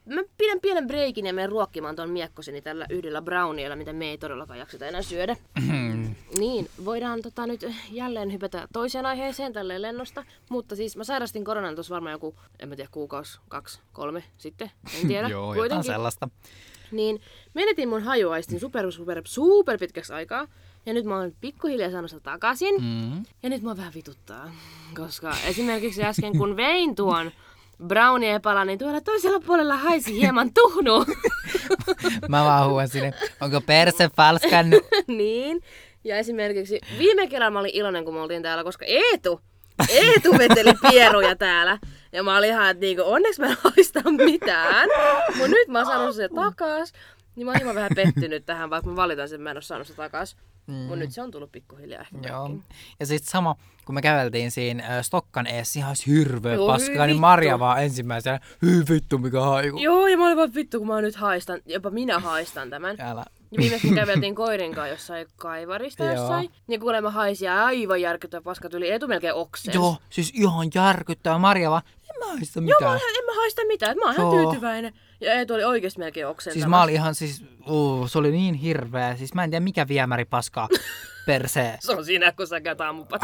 mä pidän pienen breikin ja menen ruokkimaan ton miekkoseni tällä yhdellä browniella, mitä me ei todellakaan jakseta enää syödä. Niin, voidaan nyt jälleen hypätä toiseen aiheeseen tälleen lennosta. Mutta siis mä sairastin koronan tuossa varmaan joku, en mä tiedä, kuukausi, 2, 3 sitten, en tiedä. Joo, jotain sellaista. Niin, menetin mun hajuaistin super pitkäksi aikaa. Ja nyt mä oon pikkuhiljaa saanut sitä takaisin. Ja nyt mä vähän vituttaa. Koska esimerkiksi äsken kun vein tuon brownie-palan, niin tuolla toisella puolella haisi hieman tuhnu. Mä vaan huuan sinne, onko perse falskannut? Niin. Ja esimerkiksi viime kerralla mä olin iloinen, kun me oltiin täällä, koska Eetu veteli pieruja täällä. Ja mä olin ihan, että niinku, onneksi mä en haista mitään. Mut nyt mä oon saanut sen takas. Niin mä oon ihan vähän pettynyt tähän, vaikka mä valitan sen, että mä en oo saanut sitä takas. Mut nyt se on tullut pikkuhiljaa ehkä. Joo. Ja sitten sama, kun me käveltiin siinä Stokkan eessä, ihan hirveä paskaa, niin Maria vaan ensimmäisenä, hyi vittu mikä haiku. Joo, ja mä olin vaan vittu, kun mä nyt haistan, jopa minä haistan tämän. Älä. Ja viimeksi me käveltiin koirin kanssa jossain kaivarista jossain. Ja kuulemma haisi ja aivan järkyttävä paska tuli Eetu melkein okseen. Joo, siis ihan järkyttävä. Maria vaan, en mä haista mitään. Joo, en mä haista mitään, mä oon ihan tyytyväinen. Ja Eetu oli oikeesti melkein okseen. Siis mä olin ihan se oli niin hirveä. Siis mä en tiedä mikä viemäri paskaa persee. Se on siinä, kun sä käyt aamupat.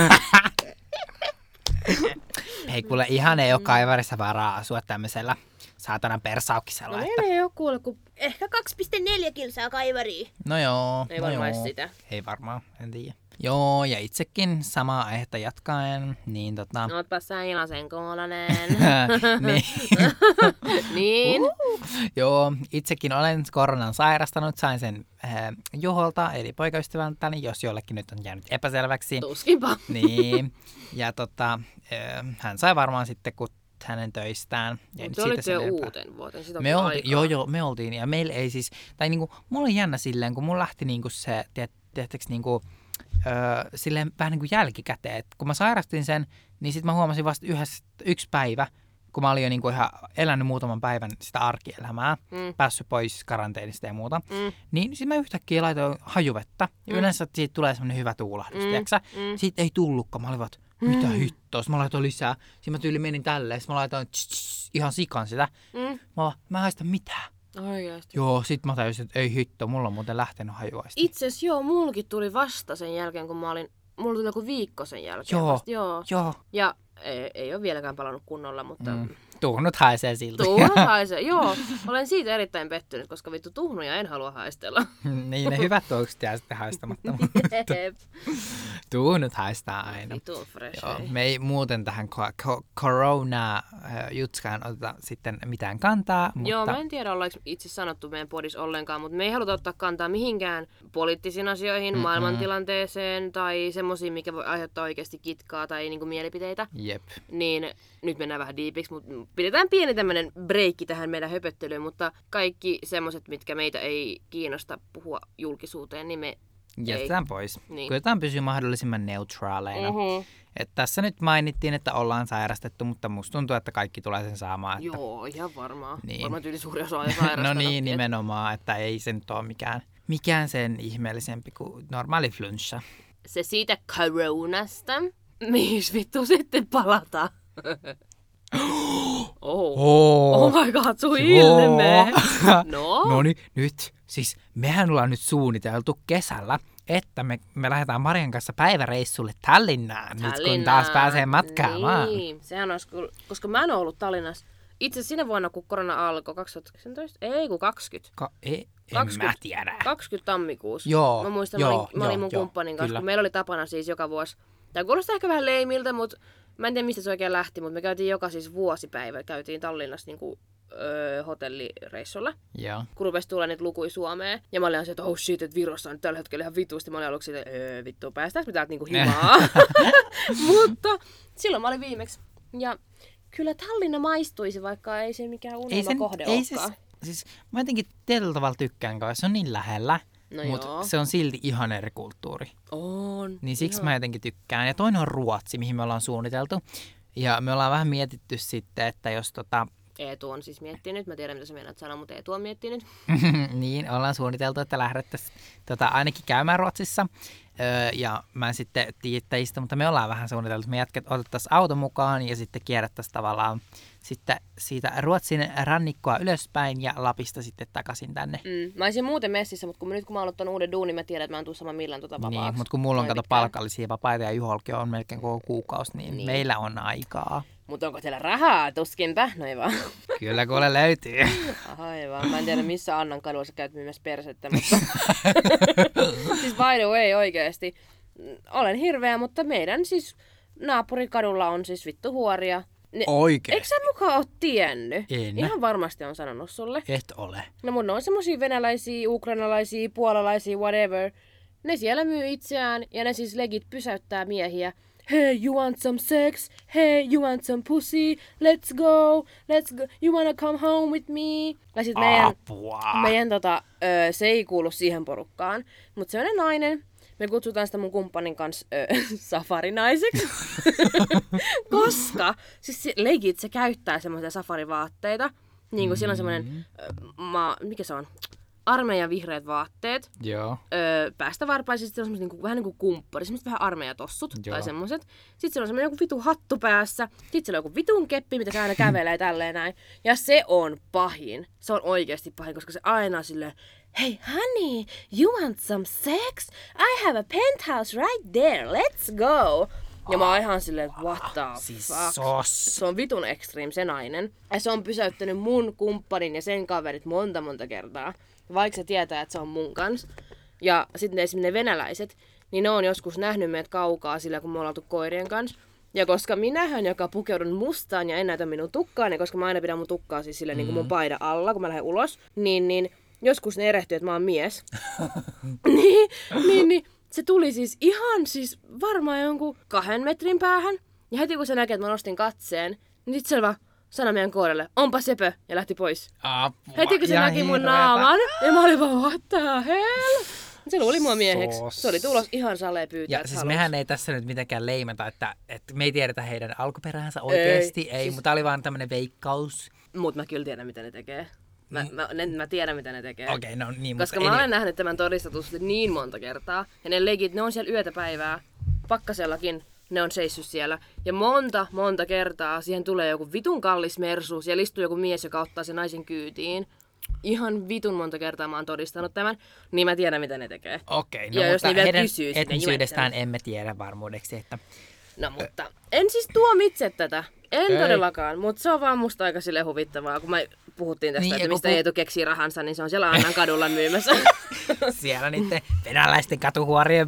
Hei kuule, ihan ei oo kaivarissa varaa asua tämmöisellä saatanan persaukkisella. No meillä ei oo kuule, kun ehkä 2,4 kilsaa kaivariin. No joo. Ei varmaan sitä. Ei varmaan, en tiedä. Joo, ja itsekin samaa aihetta jatkaen, niin Ootpa sä Ilasen koolanen. niin. Niin. Joo, itsekin olen koronan sairastanut, sain sen Juholta, eli poikaystävältäni, jos jollekin nyt on jäänyt epäselväksi. Tuskinpa. Niin, ja hän sai varmaan sitten hänen töistään. Te olitte jo uuteen vuoteen, sitä me oltiin, ja meillä ei siis, tai niinku, mulla oli jännä silleen, kun mulla lähti niinku se, tiedättekö niinku, silleen vähän niin kuin jälkikäteen. Et kun mä sairastin sen, niin sitten mä huomasin vasta yksi päivä, kun mä olin jo niin kuin ihan elänyt muutaman päivän sitä arkielämää, päässyt pois karanteenista ja muuta, niin sitten mä yhtäkkiä laitoin hajuvettä. Ja yleensä siitä tulee semmoinen hyvä tuulahdus, tiiäksä? Siitä ei tullutkaan. Mä olin vaan, mitä hittoa? Sitten mä laitoin lisää. Sitten mä tyyli menin tälleen. Sitten mä laitoin ihan sikan sitä. Mä en haista mitään. Oikeasti. Joo, sit mä tajusin, että ei hitto, mulla on muuten lähtenyt hajuaisti. Itse asiassa joo, mullakin tuli vasta sen jälkeen, kun mulla tuli joku viikko sen jälkeen. Joo. Ja ei ole vieläkään palannut kunnolla, mutta... Tuhnut haisee silti. Tuhnut haisee, joo. Olen siitä erittäin pettynyt, koska vittu tuhnuja en halua haistella. Niin, ne hyvät tuokset jää sitten haistamatta. Tuhnut haistaa aina. Vittu fresh. Joo, me ei muuten tähän korona-jutskaan oteta sitten mitään kantaa. Mutta... Joo, mä en tiedä, ollaanko itse sanottu meidän podissa ollenkaan, mutta me ei haluta ottaa kantaa mihinkään poliittisiin asioihin, maailmantilanteeseen tai semmoisiin, mikä voi aiheuttaa oikeasti kitkaa tai niinku mielipiteitä. Jep. Niin nyt mennään vähän diipiksi, mutta pidetään pieni tämmönen breikki tähän meidän höpöttelyyn, mutta kaikki semmoiset, mitkä meitä ei kiinnosta puhua julkisuuteen, niin me jätetään pois. Niin. Koetaan pysyä mahdollisimman neutraaleina. Et tässä nyt mainittiin, että ollaan sairastettu, mutta musta tuntuu, että kaikki tulee sen saamaan. Että... Joo, ihan varmaan. Niin. Varmaan tyyli suuri osa on sairastanut. No niin, nimenomaan, että ei se nyt ole mikään sen ihmeellisempi kuin normaali flunssa. Se siitä koronasta. Mihin vittu sitten palataan? Oh my god, sun ilme. No niin, nyt. Siis mehän ollaan nyt suunniteltu kesällä, että me lähdetään Marian kanssa päiväreissulle Tallinnaan. Nyt kun taas pääsee matkaamaan. Niin, sehän olisi kyllä, koska mä en ole ollut Tallinnassa. Itse asiassa siinä vuonna, kun korona alkoi, 2019, ei kun 20. En 20, mä tiedä. 20 tammikuussa. Joo, mä muistan, mä olin mun kumppanin kanssa, kun meillä oli tapana siis joka vuosi. Tämä kuulostaa ehkä vähän leimiltä, mutta mä en tiedä mistä se oikein lähti, mutta me käytiin joka siis vuosipäivä. Käytiin Tallinnassa niinku, hotellireissulla. Joo. Kun rupesi tulla niitä lukuja Suomeen. Ja mä olin ihan se, että oh shit, että Virossa on tällä hetkellä ihan vitusti. Mä olin aluksi siitä, vittu, päästäänkö me täältä niinku himaa? Mutta silloin mä olin viimeksi. Ja kyllä Tallinna maistuisi, vaikka ei se mikään unelmakohde olekaan. Siis mä jotenkin tietyllä tavalla tykkään, koska se on niin lähellä. No mutta se on silti ihan eri kulttuuri. On. Niin siksi mä jotenkin tykkään. Ja toinen on Ruotsi, mihin me ollaan suunniteltu. Ja me ollaan vähän mietitty sitten, että jos Eetu on siis miettinyt. Mä tiedän, mitä sä meinaat sanoa, mutta Eetu on miettinyt. Niin, ollaan suunniteltu, että lähdettäisiin ainakin käymään Ruotsissa. Ja mä en sitten tiedä teistä, mutta me ollaan vähän suunniteltu, että me otettaisiin auto mukaan ja sitten kierrättäisiin tavallaan sitten siitä Ruotsin rannikkoa ylöspäin ja Lapista sitten takaisin tänne. Mä olisin muuten messissä, mutta nyt kun mä oon aloittanut uuden duunin, mä tiedän, että mä en tuu saman millään vapaaksi. Niin, mutta kun mulla on palkallisia vapaita ja Juholkin on melkein koko kuukausi, niin meillä on aikaa. Mutta onko teillä rahaa? Tuskinpä, no ei vaan. Kyllä kuule löytyy. Aivan. Mä en tiedä missä Annan kadulla sä käyt myymässä persettä, mutta... siis by the way oikeesti. Olen hirveä, mutta meidän siis naapurikadulla on siis vittu huoria. Oikeesti? Eikö sä mukaan oo tiennyt? En. Ihan varmasti on sanonut sulle. Et ole. No mun on semmosia venäläisiä, ukrainalaisia, puolalaisia, whatever. Ne siellä myy itseään ja ne siis legit pysäyttää miehiä. Hey, you want some sex? Hey, you want some pussy? Let's go. You wanna come home with me? Ja sit meidän se ei kuulu siihen porukkaan. Mut se on nainen. Me kutsutaan sitä mun kumppanin kanssa safarinaiseksi. Koska siis legit se käyttää semmoisia safarivaatteita. Niin kuin sillä on semmoinen, mikä se on? Armeijan vihreät vaatteet. Joo. Päästä varpaisista se on semmoset niinku, vähän niinku kumppari, semmoset vähän armeijatossut tai semmoset. Sitten siellä on semmoinen joku vitun hattu päässä. Sitten siellä on joku vitun keppi, mitä se aina kävelee tälleen näin. Ja se on pahin. Se on oikeasti pahin, koska se aina silleen, hey honey, you want some sex? I have a penthouse right there, let's go. Ja mä oon ihan silleen, what the fuck? Se on vitun extreme se nainen. Ja se on pysäyttänyt mun kumppanin ja sen kaverit monta kertaa. Vaikka se tietää, että se on mun kanssa. Ja sitten esimerkiksi ne venäläiset, niin ne on joskus nähnyt meidät kaukaa sillä, kun me ollaan oltu koirien kanssa. Ja koska minähän, joka pukeudun mustaan ja en näytä minun tukkaani, koska mä aina pidän mun tukkaa siis sille niin kuin mun paidan alla, kun mä lähden ulos, niin joskus ne erehtyy, että mä oon mies. niin. Se tuli siis ihan siis varmaan jonkun 2 metrin päähän. Ja heti kun se näkee, että mä nostin katseen, niin sit se vaan sanoi meidän koiralle, onpa sepö, ja lähti pois. Apua, heti kun se näki mun naaman, ja mä olin vaan, what the hell? Se luuli mua mieheksi. Se oli tulos ihan salee pyytää. Ja siis mehän ei tässä nyt mitenkään leimata, että me ei tiedetä heidän alkuperänsä oikeesti. Ei, siis... mutta oli vaan tämmönen veikkaus. Mut mä kyllä tiedän, mitä ne tekee. Mä tiedän, mitä ne tekee. Okei, no niin. Koska mä olen nähnyt tämän todistetusti niin monta kertaa. Ja ne legit, ne on siellä yötä päivää. Pakkasellakin ne on seissyt siellä. Ja monta kertaa siihen tulee joku vitun kallis mersu. Siellä istuu joku mies, joka ottaa sen naisen kyytiin. Ihan vitun monta kertaa mä oon todistanut tämän. Niin mä tiedän, mitä ne tekee. Okei, no ja mutta heidän etnisyydestään emme tiedä varmuudeksi, että... No mutta en siis tuomitse tätä. En todellakaan, mutta se on vaan musta aika sille huvittavaa, kun me puhuttiin tästä, niin, että mistä Eetu keksii rahansa, niin se on siellä Annan kadulla myymässä. Siellä niitten venäläisten katuhuorien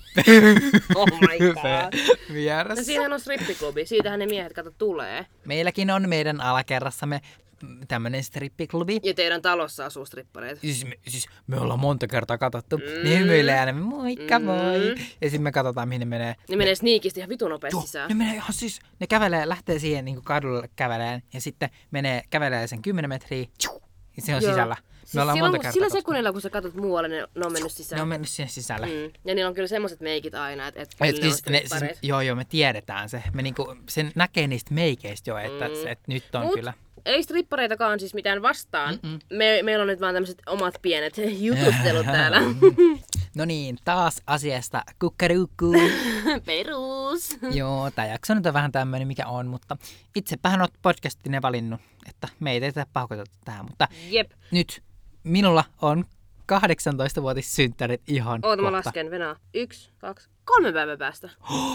oh my god. vieressä. No siinähän on strippiklubi, siitähän ne miehet tulee. Meilläkin on meidän alakerrassamme tämmönen strippiklubi. Ja teidän talossa asuu strippareita. Siis me ollaan monta kertaa katsottu. Ne hymyilee aina, moikka moi. Ja sitten me katsotaan, mihin ne menee. Ne menee sniikisti ihan vitun nopeasti sisään. Ne menee ihan siis, ne lähtee siihen niin kadulle käveleen. Ja sitten kävelee sen 10 metriä. Ja se on sisällä. Me ollaan monta kertaa sillä sekunnilla, kun sä katsot muualle, ne on mennyt sisään. Ne on mennyt sinne sisälle. Ja niillä on kyllä semmoiset meikit aina, että joo, me tiedetään se. Me niinku, sen näkee niistä meikeistä jo, että nyt on kyllä. Ei strippareitakaan siis mitään vastaan. Meillä on nyt vaan tämmöiset omat pienet jutustelut täällä. No niin, taas asiasta kukkaruukku. Perus. Joo, tää jakso nyt on vähän tämmöinen mikä on, mutta itsepähän oot podcastine valinnut, että meitä ei tätä pahoiteta tähän. Mutta nyt minulla on 18-vuotissynttärit ihan kohta. Mä lasken, Venä. 1, 2, 3 päivän päästä.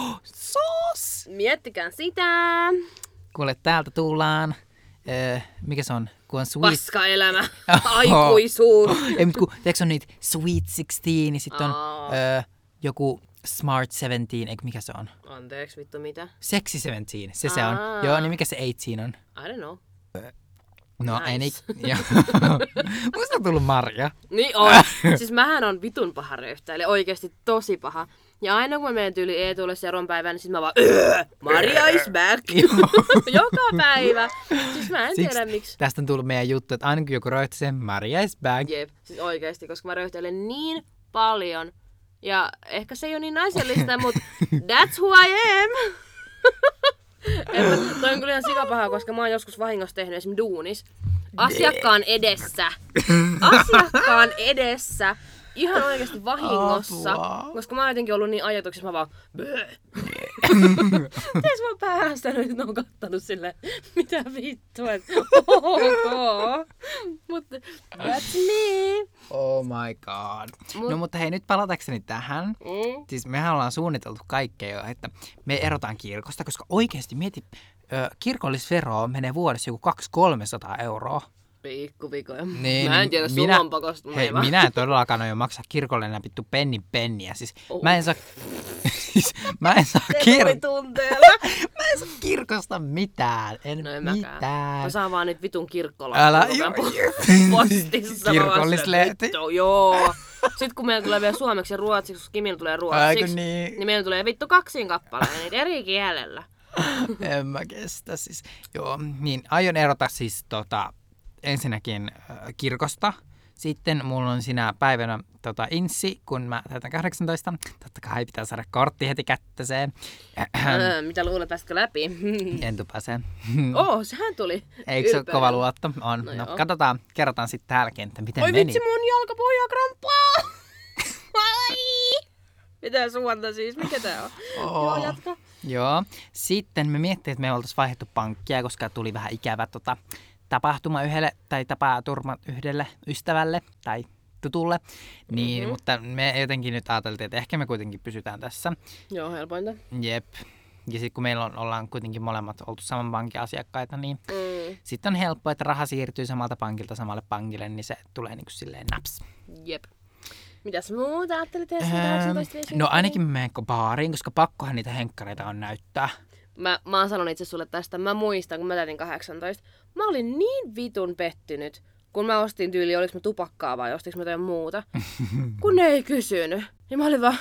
Sos! Miettikää sitä. Kuule, täältä tullaan. Mikä se on? Kun on sweet... Paskaelämä. Aikuisuus. Ei, mutta kun tiedätkö on niitä Sweet 16, niin sitten on joku Smart 17, eikö mikä se on? Anteeksi, vittu mitä? Sexy 17, se on. Joo, niin mikä se 18 on? I don't know. No, nice. Musta on tullut Marja. Niin on. Siis mähän on vitun paha röyhtäilijä, oikeesti tosi paha. Ja aina kun mä menen tyyli Eetulle seuraavan päivän, niin sit mä vaan Marja is back. Joka päivä. Siis mä en tiedä miksi. Tästä on tullut meidän juttu, että aina kun joku röyhtää sen, Marja is back. Jep, siis oikeesti, koska mä röyhtäilen niin paljon. Ja ehkä se ei ole niin naisellista, mutta that's who I am. Toi on kyllä ihan sikapahaa, koska mä oon joskus vahingossa tehnyt esimerkiksi duunis. Asiakkaan edessä ihan oikeasti vahingossa, Apua. koska mä oon jotenkin ollut niin ajatuksissa, mä vaan Tees mä päästänyt, että ne on kattanut silleen, mitä vittua, että ok. Mutta that's me. Oh my god. No mutta hei, nyt palatakseni tähän. Siis mehän ollaan suunniteltu kaikkea jo, että me erotaan kirkosta, koska oikeasti mieti, kirkollisveroa menee vuodessa joku 200-300 euroa. Pikkuvikoja. Niin, mä en tiedä, sulla on pakosta. Hei, minä en todellakaan ole maksaa kirkolle enää vittu penniä. Siis mä en saa... mä en saa kirkosta mitään. En mitään. Mä saan vaan nyt vitun kirkkolappu. Älä postissa. Kirkollislehti. Joo. Sitten kun meillä tulee vielä suomeksi ja ruotsiksi, koska Kimillä tulee ruotsiksi, niin meillä tulee vittu 2 kappaleen niitä eri kielellä. En mä kestä siis. Joo, niin aion erota siis ensinnäkin kirkosta. Sitten mulla on sinä päivänä inssi, kun mä täytän 18. Totta kai pitää saada kortti heti kättöseen. Mitä luulet, pääsitkö läpi? En pääse. Sehän tuli. Eikö se ole kova luotto? On. No katsotaan, kerrotaan sitten täälläkin, että miten meni. Oi vitsi, mun jalkapohjaa kramppaa! Mitä suonta siis? Mikä tää on? Joo, jatka. Joo. Sitten me miettii, että me oltaisiin vaihdettu pankkia, koska tuli vähän ikävä tapahtuma tapaturma yhdelle ystävälle tai tutulle. Niin, mutta me jotenkin nyt ajateltiin, että ehkä me kuitenkin pysytään tässä. Joo, helpointa. Jep. Ja sitten kun meillä ollaan kuitenkin molemmat oltu saman pankin asiakkaita, niin sitten on helppo, että raha siirtyy samalta pankilta samalle pankille, niin se tulee niin kuin silleen naps. Jep. Mitäs muuta ajattelit tehdä 18 No ainakin mä menen baariin, koska pakkohan niitä henkkareita on näyttää. Mä oon sanonut itse sulle tästä. Mä muistan, kun mä täytin 18. Mä olin niin vitun pettynyt, kun mä ostin tyyli, oliks mä tupakkaa vai ostiks mä jotain muuta. Kun ne ei kysynyt. Ja mä olin vaan,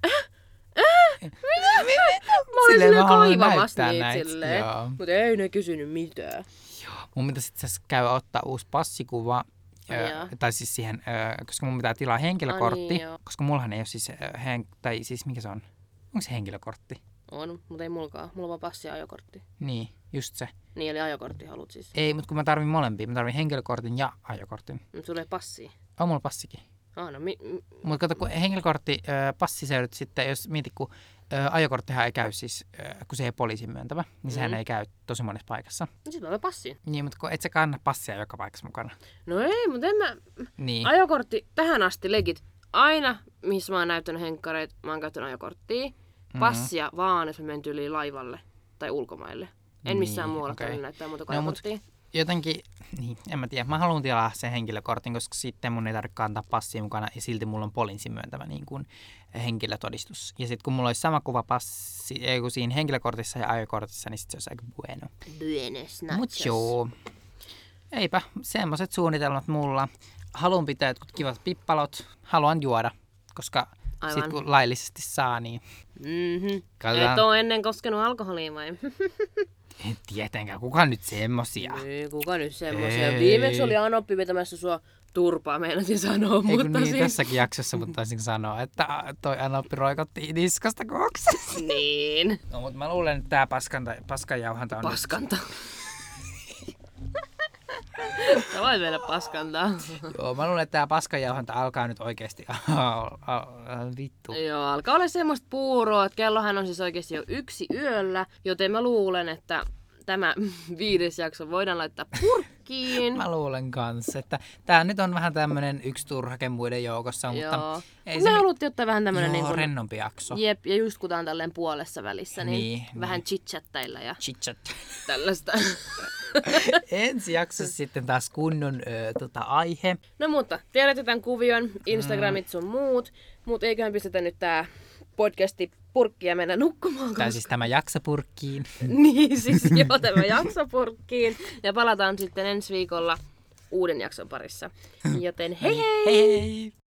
Mitä? Mä olin silleen kaivamassa niitä silleen. Mutta ei ne kysynyt mitään. Joo. Mun pitäisi itse asiassa käydä ottaa uusi passikuva. Tai siis siihen, koska mun pitää tilaa henkilökortti. Koska mullahan ei ole siis, tai siis mikä se on? Onko se henkilökortti? On, mutta ei mulkaan. Mulla on vaan passi ja ajokortti. Niin, just se. Niin, eli ajokortti haluat siis. Ei, mutta kun mä tarvin molempia. Mä tarvin henkilökortin ja ajokortin. Mutta sulla ei passia. On mulla passikin. No mutta kato, kun henkilökortti, passi se sitten, jos mietit, kun ajokorttihan ei käy siis, kun se ei poliisin myöntävä, niin sehän ei käy tosi monessa paikassa. No sit mä olen passi. Niin, mutta kun et sä kanna passia joka paikassa mukana. No ei, mutta en mä... Niin. Ajokortti tähän asti legit. Aina, missä mä oon näyttänyt henkkareita, mä oon käyttänyt ajokorttia. Passia vaan, jos mä menen tyyliin laivalle tai ulkomaille. En missään muualla tarvitse näyttää muuta kuin ajokorttia. Jotenkin, niin, en mä tiedä. Mä haluan tilaa sen henkilökortin, koska sitten mun ei tarvitse kantaa passia mukana ja silti mulla on poliisin myöntävä niin kuin henkilötodistus. Ja sitten kun mulla olisi sama kuva passi, kun siinä henkilökortissa ja ajokortissa, niin sitten se olisi aika bueno. Buenos nachos. Mut joo. Eipä, semmoiset suunnitelmat mulla. Haluan pitää jotkut kivat pippalot. Haluan juoda, koska sitten kun laillisesti saa, niin... Et oo ennen koskenut alkoholiin vai? En tietenkään. Kuka nyt semmosia? Ei, kuka nyt semmosia? Viimeksi oli Anoppi vetämässä sua turpaa, meinasin sanoa. Ei mutta niin, tässäkin jaksossa, mutta taisin sanoa, että toi Anoppi roikotti niskasta koksessa. Niin. No, mutta mä luulen, että tää paskanjauhanta on... Paskanta. Sä voit vielä paskantaa. Joo, mä luulen, että tää paskanjauhanta alkaa nyt oikeesti vittu. Joo, alkaa olla semmoista puuroa, että kellohan on siis oikeesti jo 1 yöllä, joten mä luulen, että tämä 5. jakso voidaan laittaa purkkiin. Mä luulen kanssa, että tää nyt on vähän tämmönen yksi turhake muiden joukossa, mutta... Ei me haluttiin ottaa vähän tämmönen niin kuin... rennompi jakso. Jep, ja just kun tää on tälleen puolessa välissä, niin vähän chitchattailla ja tällaista. Ensi jaksossa sitten taas kunnon aihe. No mutta, tiedätte tämän kuvion, Instagramit sun muut, mutta eiköhän pistetä nyt tää podcasti purkkiin ja mennä nukkumaan. Tai siis tämä jakso purkkiin. Niin, siis joo, tämä jakso purkkiin. Ja palataan sitten ensi viikolla uuden jakson parissa. Joten hei hei! Hei hei!